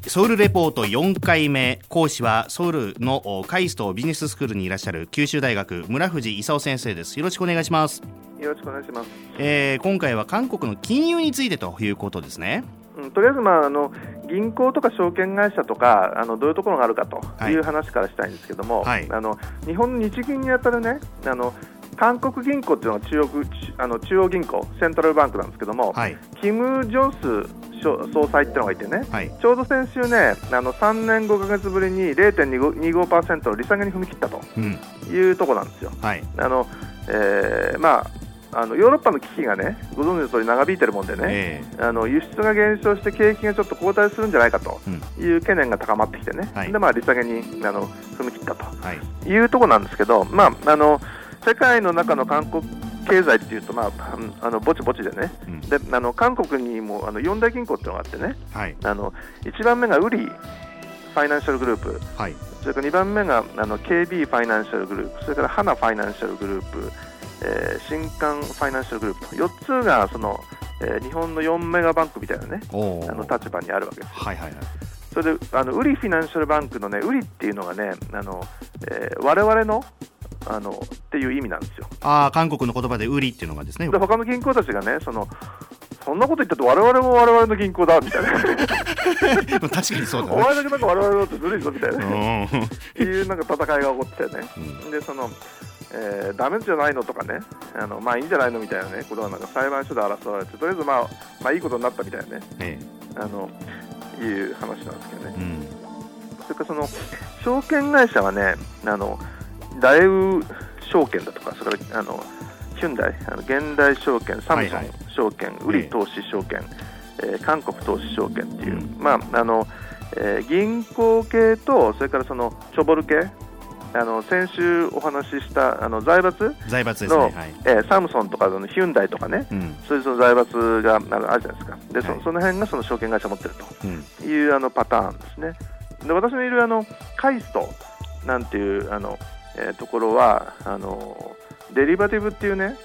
ソウルレポート4回目、講師はソウルのカイストビジネススクールにいらっしゃる九州大学村藤勲先生です。よろしくお願いします。 よろしくお願いします。 今回は韓国の金融についてということですね。 とりあえず、銀行とか証券会社とかどういうところがあるかという話からしたいんですけども、 はい、 日本の日銀にあたるね、韓国銀行っていうのは中央銀行セントラルバンクなんですけども、はい、キム・ジョンス総裁っていうのがいてね、はい、ちょうど先週ね3年5ヶ月ぶりに 0.25% の利下げに踏み切ったというところなんですよ。はい、ヨーロッパの危機がね、ご存知の通り長引いてるもんでね、輸出が減少して景気がちょっと後退するんじゃないかという懸念が高まってきてね、はい、で利下げに踏み切ったというところなんですけど、世界の中の韓国経済っていうと、ぼちぼちでね、で韓国にも4大銀行っていうのがあってね、はい、1番目がウリファイナンシャルグループ、はい、それから2番目がKB ファイナンシャルグループ、それからハナファイナンシャルグループ、新韓ファイナンシャルグループと4つが日本の4メガバンクみたいなね立場にあるわけです。はいはいはい、それでウリフィナンシャルバンクのね、ウリっていうのがね我々のっていう意味なんですよ。 韓国の言葉でウリっていうのがですね。 で他の銀行たちがねそんなこと言ったと我々も我々の銀行だみたいな確かにそうだね。 お前だけなんか我々だってずるいぞみたいないうなんか戦いが起こってね、でダメじゃないのとかね、いいんじゃないのみたいなねことがなんか裁判所で争われて、とりあえずいいことになったみたいなね、いう話なんですけどね。それから証券会社はね、大ウ証券だとか、それからヒュンダイ、現代証券、サムソン証券、ウリ投資証券、韓国投資証券っていう、銀行系と、それからチョボル系、先週お話しした財閥ですね、 はい、サムソンとかヒュンダイとかね、そういう財閥があるじゃないですか。で、その辺が証券会社持ってるというパターンですね。で、私のいるカイストなんていうところはデリバティブっていうね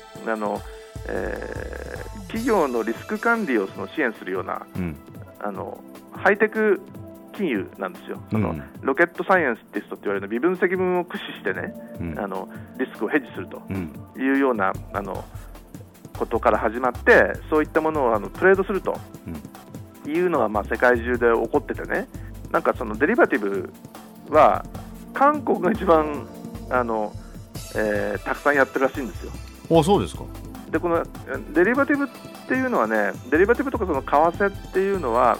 企業のリスク管理を支援するような、ハイテク金融なんですよ。ロケットサイエンスティストって言われる微分積分を駆使してね、リスクをヘッジするというようなことから始まって、そういったものをトレードするというのが世界中で起こっててね、なんかデリバティブは韓国が一番たくさんやってるらしいんですよ。 そうですか。 で、このデリバティブっていうのはね、デリバティブとか為替っていうのは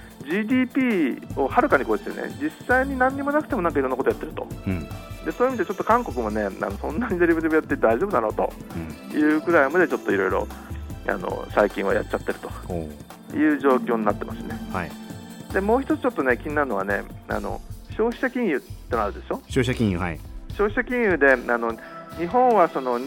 GDP をはるかに超えてね、実際に何にもなくてもなんかいろんなことやってると、でそういう意味でちょっと韓国もねそんなにデリバティブやって大丈夫なのというくらいまでちょっといろいろ最近はやっちゃってるという状況になってますね。はい、でもう一つちょっとね気になるのはね、消費者金融ってのあるでしょ。 消費者金融、はい。 消費者金融で日本は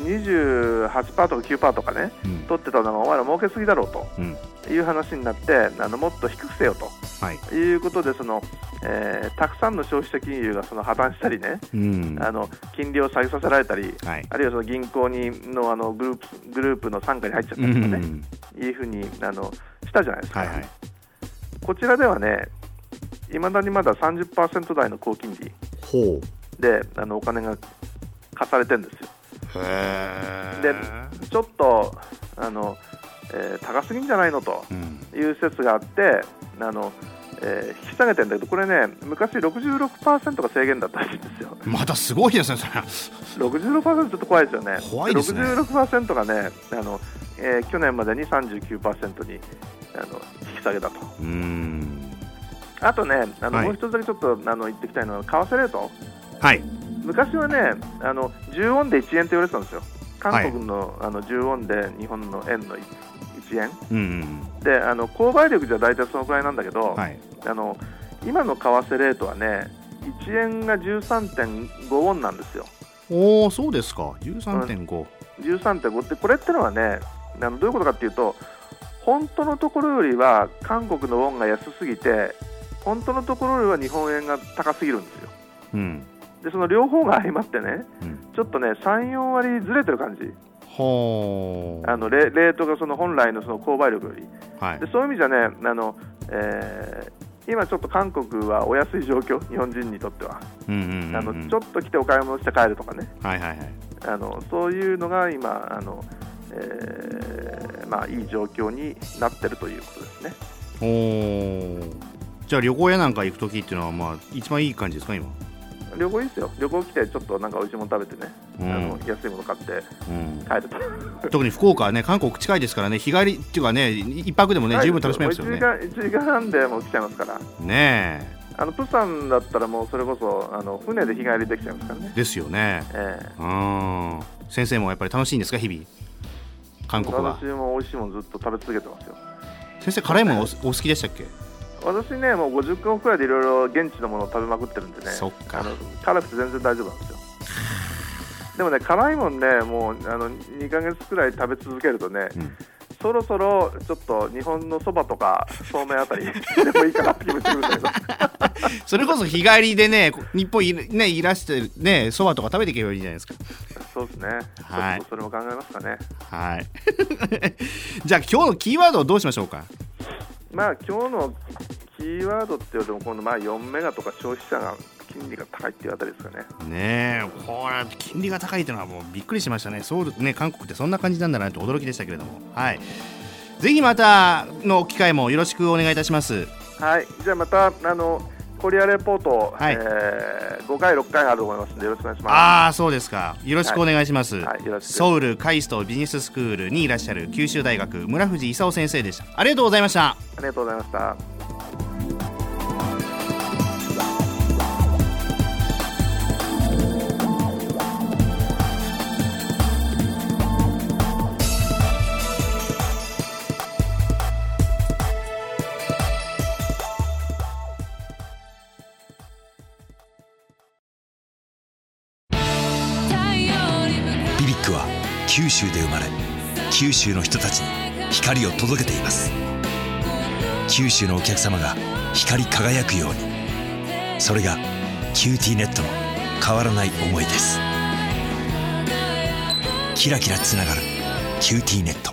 28% とか 9% とかね、取ってたのがお前ら儲けすぎだろうという話になって、もっと低くせよということでたくさんの消費者金融が破綻したりね、金利を下げさせられたり、あるいは銀行のグループの傘下に入っちゃったりとかね、いうふうにしたじゃないですか。はいはい、こちらではね、いまだにまだ 30% 台の高金利でお金が貸されてるんですよ。で、ちょっと高すぎんじゃないのという説があって、引き下げてるんだけど、これね昔 66% が制限だったらしいんですよ。 またすごいですね、それ。 66% ちょっと怖いですよね。 怖いですね。 66% がね去年までに 39% に引き下げだと。あとねもう一つだけちょっと言っておきたいのは為替レート。はい、昔はね10ウォンで1円と言われてたんですよ。韓国の、10ウォンで日本の円の1円、で購買力じゃ大体そのくらいなんだけど、今の為替レートはね1円が 13.5 ウォンなんですよ。 そうですか。 13.5、 13.5 ってこれってのはねどういうことかっていうと、本当のところよりは韓国のウォンが安すぎて、本当のところよりは日本円が高すぎるんですよ。でその両方が相まってね、ちょっとね 3,4 割ずれてる感じ。レートが本来の購買力より、でそういう意味じゃね今ちょっと韓国はお安い状況、日本人にとっては、ちょっと来てお買い物して帰るとかね、そういうのが今いい状況になってるということですね。 じゃあ旅行屋なんか行くときっていうのは、一番いい感じですか今？ 旅行いいですよ。旅行来てちょっとなんか美味しいもの食べてね、安いもの買って帰ると、 特に福岡はね、韓国近いですからね、日帰りっていうかね、一泊でもね、十分楽しめますよね。 1時間半でもう来ちゃいますからね。 プサンだったらもうそれこそ船で日帰りできちゃいますからね。 ですよね。先生もやっぱり楽しいんですか、日々韓国は？ 私も美味しいものずっと食べ続けてますよ。 先生、辛いものお好きでしたっけ？ 私ね、もう50個くらいでいろいろ現地のものを食べまくってるんでね。 そっか。 辛くて全然大丈夫なんですよ。でもね、辛いもんね、もう2ヶ月くらい食べ続けるとね、そろそろちょっと日本のそばとかそうめんあたりでもいいかなって気持ちがするんだけどそれこそ日帰りでね、日本いらしてね、そばとか食べていけばいいじゃないですか。 そうですね、はい、ちょっとそれも考えますかね。 はいじゃあ今日のキーワードをどうしましょうか？ 今日のキーワードって言うと、この4メガとか消費者が金利が高いっていうあたりですかね。 ねえ、これ金利が高いっていうのはもうびっくりしましたね。ソウルね、韓国ってそんな感じなんだなと驚きでしたけれども、はい、ぜひまたの機会もよろしくお願いいたします。 はい、じゃあまたコリアレポート、5回6回あると思いますのでよろしくお願いします。 そうですか、よろしくお願いします。ソウルカイストビジネススクールにいらっしゃる九州大学村藤勲先生でした。ありがとうございました。 ありがとうございました。 ビビックは九州で生まれ、九州の人たちに光を届けています。九州のお客様が光り輝くように、それがキューティーネットの変わらない思いです。キラキラつながるキューティーネット。